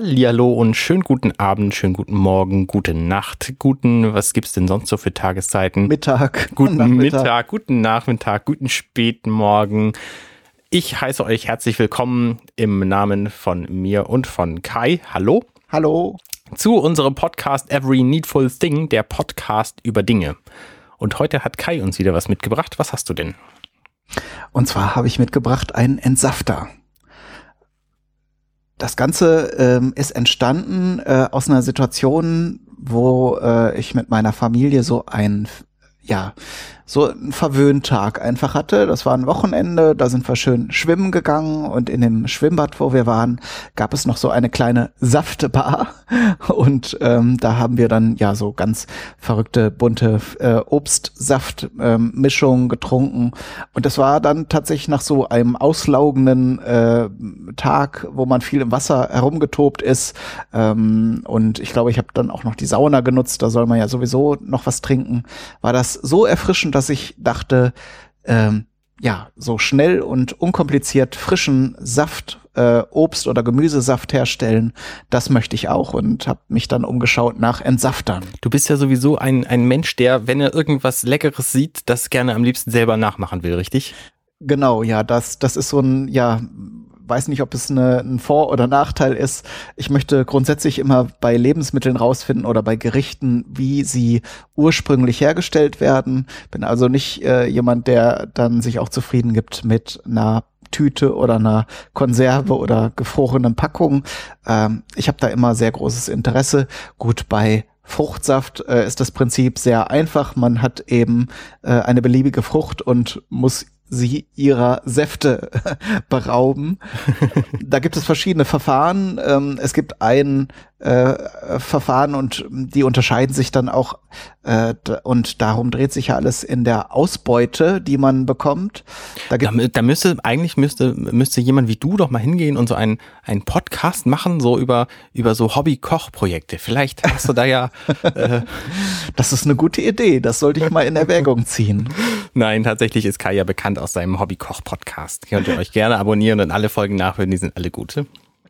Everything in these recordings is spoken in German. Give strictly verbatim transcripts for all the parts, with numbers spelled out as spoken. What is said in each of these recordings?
Hallihallo und schönen guten Abend, schönen guten Morgen, gute Nacht, guten, was gibt's denn sonst so für Tageszeiten? Mittag. Guten Nachmittag. Mittag, guten Nachmittag, guten späten Morgen. Ich heiße euch herzlich willkommen im Namen von mir und von Kai. Hallo. Hallo. Zu unserem Podcast Every Needful Thing, der Podcast über Dinge. Und heute hat Kai uns wieder was mitgebracht. Was hast du denn? Und zwar habe ich mitgebracht einen Entsafter. Das Ganze ähm, ist entstanden äh, aus einer Situation, wo äh, ich mit meiner Familie so ein, ja, so einen Verwöhntag einfach hatte. Das war ein Wochenende, da sind wir schön schwimmen gegangen und in dem Schwimmbad, wo wir waren, gab es noch so eine kleine Saftbar und ähm, da haben wir dann ja so ganz verrückte, bunte äh, Obstsaftmischungen ähm, getrunken und das war dann tatsächlich nach so einem auslaugenden äh, Tag, wo man viel im Wasser herumgetobt ist ähm, und ich glaube, ich habe dann auch noch die Sauna genutzt, da soll man ja sowieso noch was trinken, war das so erfrischend, dass ich dachte, ähm, ja, so schnell und unkompliziert frischen Saft, äh, Obst- oder Gemüsesaft herstellen, das möchte ich auch und habe mich dann umgeschaut nach Entsaftern. Du bist ja sowieso ein, ein Mensch, der, wenn er irgendwas Leckeres sieht, das gerne am liebsten selber nachmachen will, richtig? Genau, ja, das, das ist so ein, ja, weiß nicht, ob es eine, ein Vor- oder Nachteil ist. Ich möchte grundsätzlich immer bei Lebensmitteln rausfinden oder bei Gerichten, wie sie ursprünglich hergestellt werden. Bin also nicht äh, jemand, der dann sich auch zufrieden gibt mit einer Tüte oder einer Konserve oder gefrorenen Packung. Ähm, ich habe da immer sehr großes Interesse. Gut, bei Fruchtsaft äh, ist das Prinzip sehr einfach. Man hat eben äh, eine beliebige Frucht und muss sie ihrer Säfte berauben. Da gibt es verschiedene Verfahren. Ähm, es gibt ein äh, Verfahren und die unterscheiden sich dann auch äh, und darum dreht sich ja alles in der Ausbeute, die man bekommt. Da, da, da müsste, eigentlich müsste, müsste jemand wie du doch mal hingehen und so einen, einen Podcast machen, so über, über so Hobby-Koch-Projekte. Vielleicht hast du da ja... Äh Das ist eine gute Idee. Das sollte ich mal in Erwägung ziehen. Nein, tatsächlich ist Kai ja bekannt aus seinem Hobby-Koch-Podcast. Könnt ihr euch gerne abonnieren und alle Folgen nachhören, die sind alle gut.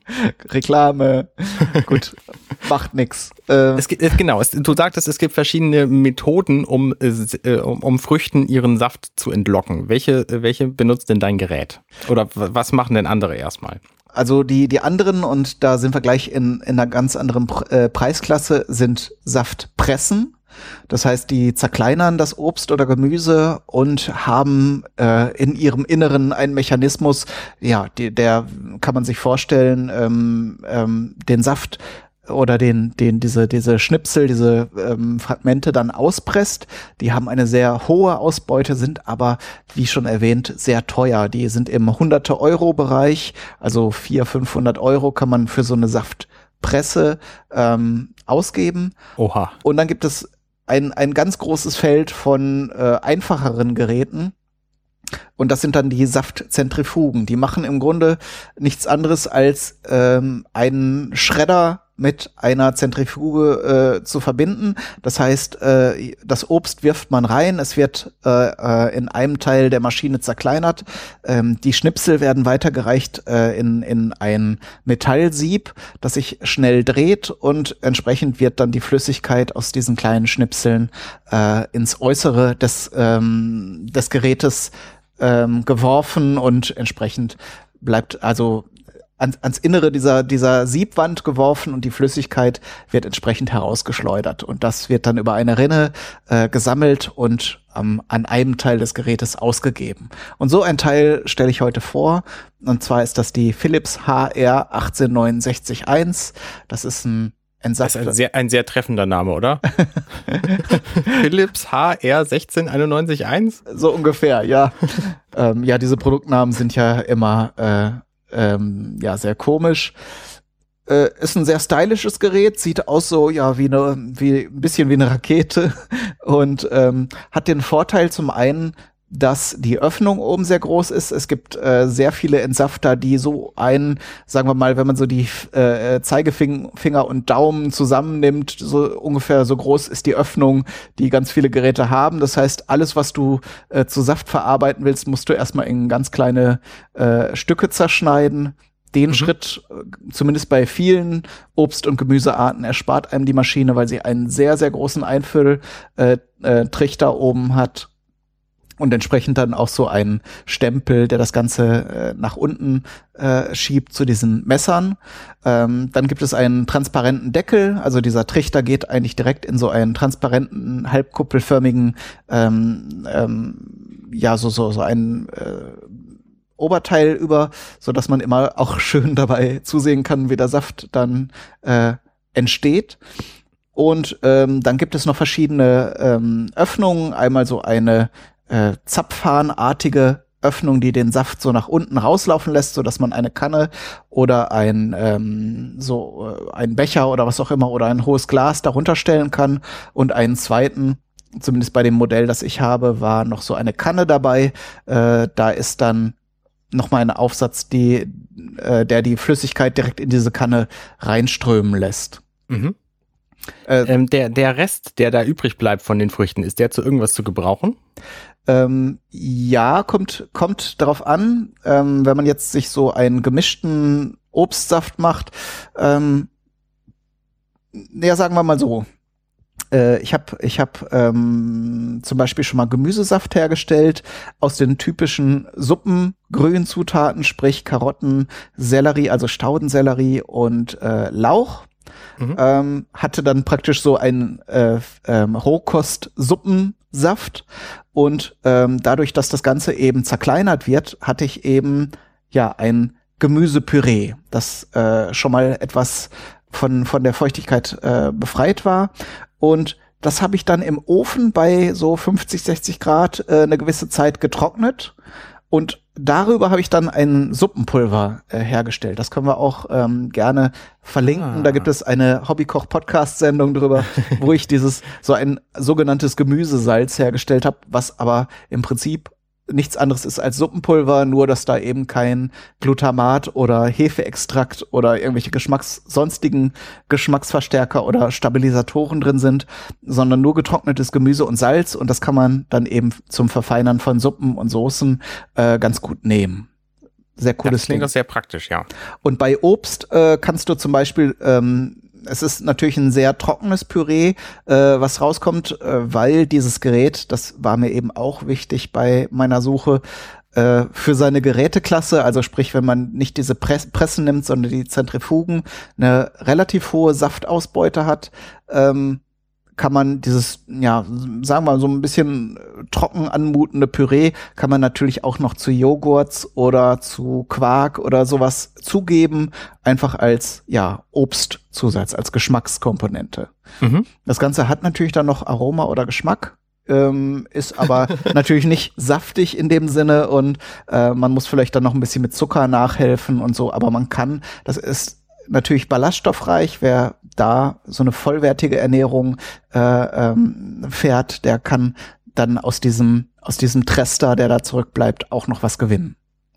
Reklame. Gut, macht nix. Äh, es gibt, genau, es, du sagtest, es gibt verschiedene Methoden, um, äh, um, um Früchten ihren Saft zu entlocken. Welche, welche benutzt denn dein Gerät? Oder was machen denn andere erstmal? Also die die anderen, und da sind wir gleich in, in einer ganz anderen äh, Preisklasse, sind Saftpressen. Das heißt, die zerkleinern das Obst oder Gemüse und haben äh, in ihrem Inneren einen Mechanismus, ja, die, der kann man sich vorstellen, ähm, ähm, den Saft oder den, den, diese, diese Schnipsel, diese ähm, Fragmente dann auspresst. Die haben eine sehr hohe Ausbeute, sind aber, wie schon erwähnt, sehr teuer. Die sind im hunderte-Euro-Bereich, also vierhundert, fünfhundert Euro kann man für so eine Saftpresse ähm, ausgeben. Oha. Und dann gibt es ein, ein ganz großes Feld von äh, einfacheren Geräten. Und das sind dann die Saftzentrifugen. Die machen im Grunde nichts anderes als ähm, einen Schredder mit einer Zentrifuge äh, zu verbinden. Das heißt, äh, das Obst wirft man rein, es wird äh, in einem Teil der Maschine zerkleinert. Ähm, die Schnipsel werden weitergereicht äh, in, in ein Metallsieb, das sich schnell dreht und entsprechend wird dann die Flüssigkeit aus diesen kleinen Schnipseln äh, ins Äußere des, ähm, des Gerätes ähm, geworfen und entsprechend bleibt also Ans, ans Innere dieser, dieser Siebwand geworfen und die Flüssigkeit wird entsprechend herausgeschleudert. Und das wird dann über eine Rinne äh, gesammelt und ähm, an einem Teil des Gerätes ausgegeben. Und so ein Teil stelle ich heute vor. Und zwar ist das die Philips H R eins acht neun sechs eins. Das ist ein Entsafter. Das ist ein sehr, ein sehr treffender Name, oder? Philips H R eins sechs eins eins? So ungefähr, ja. ähm, ja, diese Produktnamen sind ja immer äh, Ähm, ja, sehr komisch. Äh, ist ein sehr stylisches Gerät, sieht aus so, ja, wie eine, wie, ein bisschen wie eine Rakete und ähm, hat den Vorteil zum einen, dass die Öffnung oben sehr groß ist. Es gibt äh, sehr viele Entsafter, die so einen, sagen wir mal, wenn man so die äh, Zeigefinger und Daumen zusammennimmt, so ungefähr so groß ist die Öffnung, die ganz viele Geräte haben. Das heißt, alles, was du äh, zu Saft verarbeiten willst, musst du erstmal in ganz kleine äh, Stücke zerschneiden. Den Mhm. Schritt, äh, zumindest bei vielen Obst- und Gemüsearten, erspart einem die Maschine, weil sie einen sehr, sehr großen Einfülltrichter äh, äh, Trichter oben hat und entsprechend dann auch so einen Stempel, der das Ganze äh, nach unten äh, schiebt zu diesen Messern. Ähm, dann gibt es einen transparenten Deckel, also dieser Trichter geht eigentlich direkt in so einen transparenten, halbkuppelförmigen, ähm, ähm, ja, so, so, so einen äh, Oberteil über, so dass man immer auch schön dabei zusehen kann, wie der Saft dann äh, entsteht. Und ähm, dann gibt es noch verschiedene ähm, Öffnungen. Einmal so eine äh, Zapfhahnartige Öffnung, die den Saft so nach unten rauslaufen lässt, so dass man eine Kanne oder ein ähm, so äh, ein Becher oder was auch immer oder ein hohes Glas darunter stellen kann. Und einen zweiten, zumindest bei dem Modell, das ich habe, war noch so eine Kanne dabei. Äh, da ist dann noch mal ein Aufsatz, die, äh, der die Flüssigkeit direkt in diese Kanne reinströmen lässt. Mhm. Äh, Ähm, der, der Rest, der da übrig bleibt von den Früchten, ist der zu irgendwas zu gebrauchen? Ähm, ja, kommt, kommt darauf an, ähm, wenn man jetzt sich so einen gemischten Obstsaft macht, ähm, ja, sagen wir mal so, äh, ich habe ich hab, ähm, zum Beispiel schon mal Gemüsesaft hergestellt aus den typischen Suppengrünzutaten, sprich Karotten, Sellerie, also Staudensellerie und äh, Lauch. Mhm. Ähm, hatte dann praktisch so einen äh, ähm, Rohkost-Suppensaft und ähm, dadurch, dass das Ganze eben zerkleinert wird, hatte ich eben ja ein Gemüsepüree, das äh, schon mal etwas von von der Feuchtigkeit äh, befreit war und das habe ich dann im Ofen bei so fünfzig, sechzig Grad äh, eine gewisse Zeit getrocknet und darüber habe ich dann ein Suppenpulver äh, hergestellt. Das können wir auch ähm, gerne verlinken. Ah. Da gibt es eine Hobbykoch-Podcast-Sendung drüber, wo ich dieses so ein sogenanntes Gemüsesalz hergestellt habe, was aber im Prinzip nichts anderes ist als Suppenpulver, nur dass da eben kein Glutamat oder Hefeextrakt oder irgendwelche Geschmacks sonstigen Geschmacksverstärker oder Stabilisatoren drin sind, sondern nur getrocknetes Gemüse und Salz und das kann man dann eben zum Verfeinern von Suppen und Soßen äh, ganz gut nehmen. Sehr cooles Das klingt Ding. doch sehr praktisch, ja. Und bei Obst äh, kannst du zum Beispiel, ähm, es ist natürlich ein sehr trockenes Püree, äh, was rauskommt, äh, weil dieses Gerät, das war mir eben auch wichtig bei meiner Suche, äh, für seine Geräteklasse, also sprich, wenn man nicht diese Press Pressen nimmt, sondern die Zentrifugen, eine relativ hohe Saftausbeute hat, ähm, kann man dieses, ja, sagen wir mal, so ein bisschen trocken anmutende Püree kann man natürlich auch noch zu Joghurts oder zu Quark oder sowas zugeben, einfach als, ja, Obstzusatz, als Geschmackskomponente. Mhm. Das Ganze hat natürlich dann noch Aroma oder Geschmack, ähm, ist aber natürlich nicht saftig in dem Sinne und äh, man muss vielleicht dann noch ein bisschen mit Zucker nachhelfen und so, aber man kann, das ist natürlich ballaststoffreich, wer da so eine vollwertige Ernährung äh, ähm, fährt, der kann dann aus diesem aus diesem Trester, der da zurückbleibt, auch noch was gewinnen.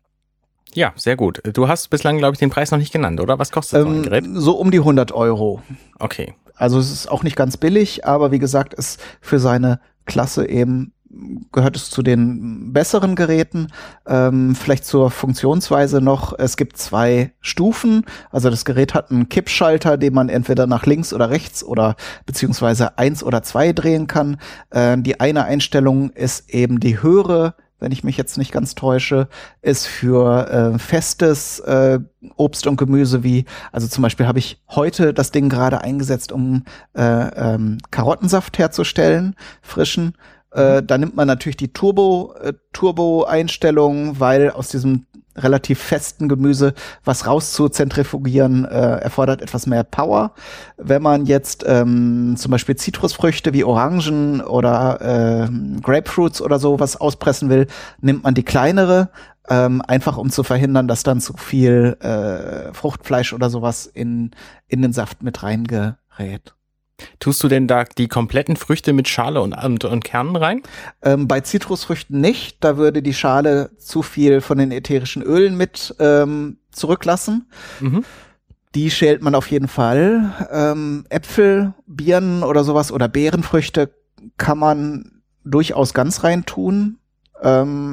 Ja, sehr gut. Du hast bislang, glaube ich, den Preis noch nicht genannt, oder? Was kostet so ein Ähm, Gerät? so um die hundert Euro. Okay. Also es ist auch nicht ganz billig, aber wie gesagt, ist für seine Klasse eben gehört es zu den besseren Geräten. Ähm, vielleicht zur Funktionsweise noch, es gibt zwei Stufen. Also das Gerät hat einen Kippschalter, den man entweder nach links oder rechts oder beziehungsweise eins oder zwei drehen kann. Äh, die eine Einstellung ist eben die höhere, wenn ich mich jetzt nicht ganz täusche, ist für äh, festes äh, Obst und Gemüse wie, also zum Beispiel habe ich heute das Ding gerade eingesetzt, um äh, ähm, Karottensaft herzustellen, frischen. Äh, da nimmt man natürlich die Turbo, äh, Turbo-Einstellung, weil aus diesem relativ festen Gemüse was rauszuzentrifugieren äh, erfordert etwas mehr Power. Wenn man jetzt ähm, zum Beispiel Zitrusfrüchte wie Orangen oder äh, Grapefruits oder so was auspressen will, nimmt man die kleinere, ähm, einfach um zu verhindern, dass dann zu viel äh, Fruchtfleisch oder sowas in, in den Saft mit reingerät. Tust du denn da die kompletten Früchte mit Schale und, und, und Kernen rein? Ähm, bei Zitrusfrüchten nicht. Da würde die Schale zu viel von den ätherischen Ölen mit ähm, zurücklassen. Mhm. Die schält man auf jeden Fall. Ähm, Äpfel, Birnen oder sowas oder Beerenfrüchte kann man durchaus ganz rein tun. Ähm,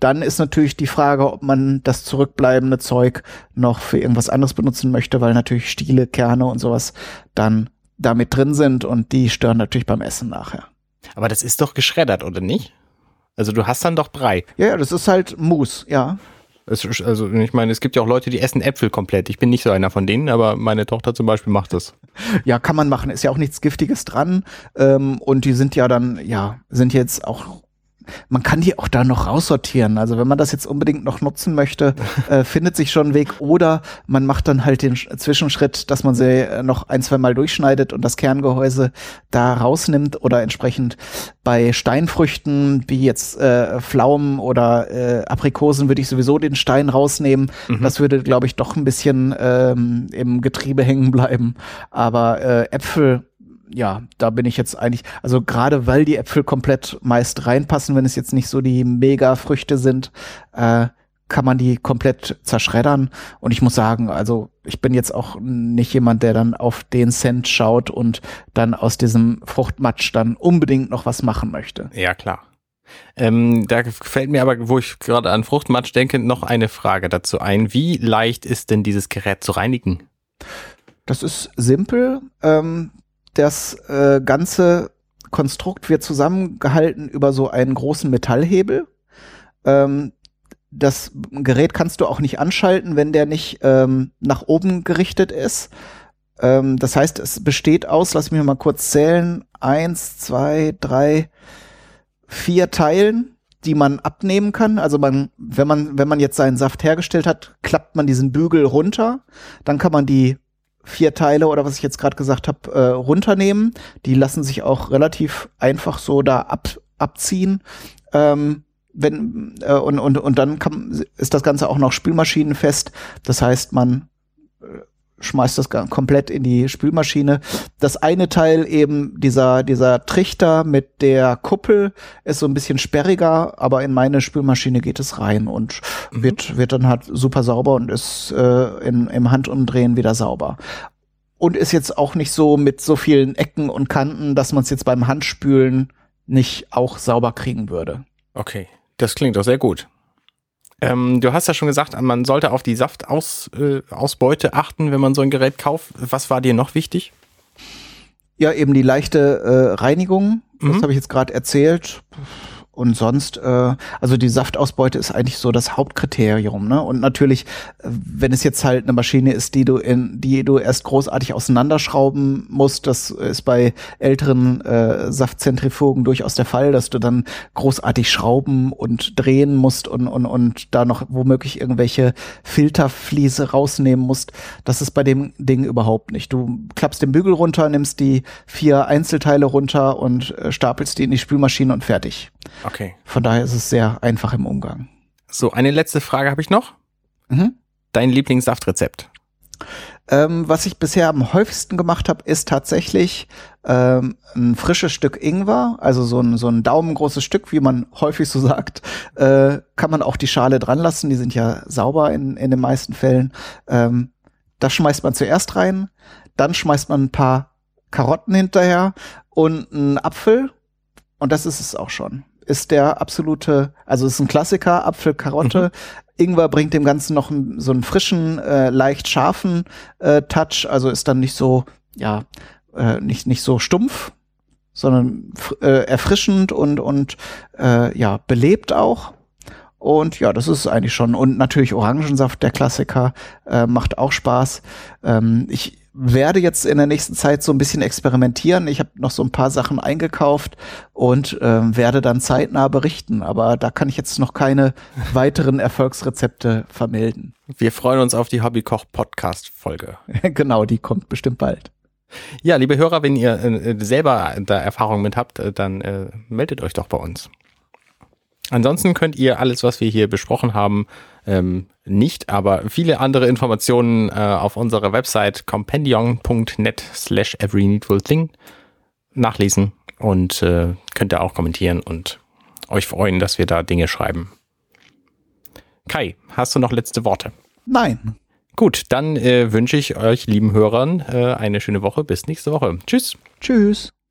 dann ist natürlich die Frage, ob man das zurückbleibende Zeug noch für irgendwas anderes benutzen möchte, weil natürlich Stiele, Kerne und sowas dann damit drin sind und die stören natürlich beim Essen nachher. Aber das ist doch geschreddert, oder nicht? Also du hast dann doch Brei. Ja, ja, das ist halt Mousse, ja. Es, also ich meine, es gibt ja auch Leute, die essen Äpfel komplett. Ich bin nicht so einer von denen, aber meine Tochter zum Beispiel macht das. Ja, kann man machen. Ist ja auch nichts Giftiges dran. Ähm, und die sind ja dann, ja, sind jetzt auch, man kann die auch da noch raussortieren. Also wenn man das jetzt unbedingt noch nutzen möchte, äh, findet sich schon ein Weg. Oder man macht dann halt den Zwischenschritt, dass man sie noch ein, zwei Mal durchschneidet und das Kerngehäuse da rausnimmt. Oder entsprechend bei Steinfrüchten, wie jetzt äh, Pflaumen oder äh, Aprikosen, würde ich sowieso den Stein rausnehmen. Mhm. Das würde, glaube ich, doch ein bisschen ähm, im Getriebe hängen bleiben. Aber äh, Äpfel, ja, da bin ich jetzt eigentlich, also gerade weil die Äpfel komplett meist reinpassen, wenn es jetzt nicht so die Mega-Früchte sind, äh, kann man die komplett zerschreddern. Und ich muss sagen, also ich bin jetzt auch nicht jemand, der dann auf den Cent schaut und dann aus diesem Fruchtmatsch dann unbedingt noch was machen möchte. Ja, klar. Ähm, da fällt mir aber, wo ich gerade an Fruchtmatsch denke, noch eine Frage dazu ein. Wie leicht ist denn dieses Gerät zu reinigen? Das ist simpel. Ähm, Das äh, ganze Konstrukt wird zusammengehalten über so einen großen Metallhebel. Ähm, das Gerät kannst du auch nicht anschalten, wenn der nicht ähm, nach oben gerichtet ist. Ähm, das heißt, es besteht aus, lass mich mal kurz zählen, eins, zwei, drei, vier Teilen, die man abnehmen kann. Also man, wenn man, wenn man jetzt seinen Saft hergestellt hat, klappt man diesen Bügel runter. Dann kann man die vier Teile oder was ich jetzt gerade gesagt habe, äh, runternehmen. Die lassen sich auch relativ einfach so da ab, abziehen. Ähm, wenn, äh, und, und, und dann kann, ist das Ganze auch noch spülmaschinenfest. Das heißt, man äh, schmeißt das komplett in die Spülmaschine. Das eine Teil eben, dieser, dieser Trichter mit der Kuppel, ist so ein bisschen sperriger, aber in meine Spülmaschine geht es rein und mhm. wird, wird dann halt super sauber und ist äh, in, im Handumdrehen wieder sauber. Und ist jetzt auch nicht so mit so vielen Ecken und Kanten, dass man es jetzt beim Handspülen nicht auch sauber kriegen würde. Okay, das klingt doch sehr gut. Ähm, du hast ja schon gesagt, man sollte auf die Saftausbeute äh, achten, wenn man so ein Gerät kauft. Was war dir noch wichtig? Ja, eben die leichte äh, Reinigung. Das mhm. habe ich jetzt gerade erzählt. Und sonst, äh, also die Saftausbeute ist eigentlich so das Hauptkriterium, ne? Und natürlich, wenn es jetzt halt eine Maschine ist, die du in, die du erst großartig auseinanderschrauben musst, das ist bei älteren äh, Saftzentrifugen durchaus der Fall, dass du dann großartig schrauben und drehen musst und und und da noch womöglich irgendwelche Filterfliese rausnehmen musst. Das ist bei dem Ding überhaupt nicht. Du klappst den Bügel runter, nimmst die vier Einzelteile runter und äh, stapelst die in die Spülmaschine und fertig. Okay. Von daher ist es sehr einfach im Umgang. So, eine letzte Frage habe ich noch. Mhm. Dein Lieblingssaftrezept? Ähm, was ich bisher am häufigsten gemacht habe, ist tatsächlich ähm, ein frisches Stück Ingwer, also so ein, so ein daumengroßes Stück, wie man häufig so sagt, äh, kann man auch die Schale dran lassen, die sind ja sauber in, in den meisten Fällen. Ähm, das schmeißt man zuerst rein, dann schmeißt man ein paar Karotten hinterher und einen Apfel und das ist es auch schon. Ist der absolute, also ist ein Klassiker, Apfel, Karotte. Mhm. Ingwer bringt dem Ganzen noch einen, so einen frischen, äh, leicht scharfen äh, Touch, also ist dann nicht so, ja, äh, nicht nicht so stumpf, sondern äh, erfrischend und und äh, ja, belebt auch. Und ja, das ist eigentlich schon. Und natürlich Orangensaft, der Klassiker, äh, macht auch Spaß. Ähm, ich werde jetzt in der nächsten Zeit so ein bisschen experimentieren. Ich habe noch so ein paar Sachen eingekauft und äh, werde dann zeitnah berichten. Aber da kann ich jetzt noch keine weiteren Erfolgsrezepte vermelden. Wir freuen uns auf die Hobbykoch-Podcast-Folge. Genau, die kommt bestimmt bald. Ja, liebe Hörer, wenn ihr äh, selber da Erfahrung mit habt, äh, dann äh, meldet euch doch bei uns. Ansonsten könnt ihr alles, was wir hier besprochen haben, ähm, nicht, aber viele andere Informationen äh, auf unserer Website compendion punkt net slash every needful thing nachlesen und äh, könnt ihr auch kommentieren und euch freuen, dass wir da Dinge schreiben. Kai, hast du noch letzte Worte? Nein. Gut, dann äh, wünsche ich euch, lieben Hörern, äh, eine schöne Woche. Bis nächste Woche. Tschüss. Tschüss.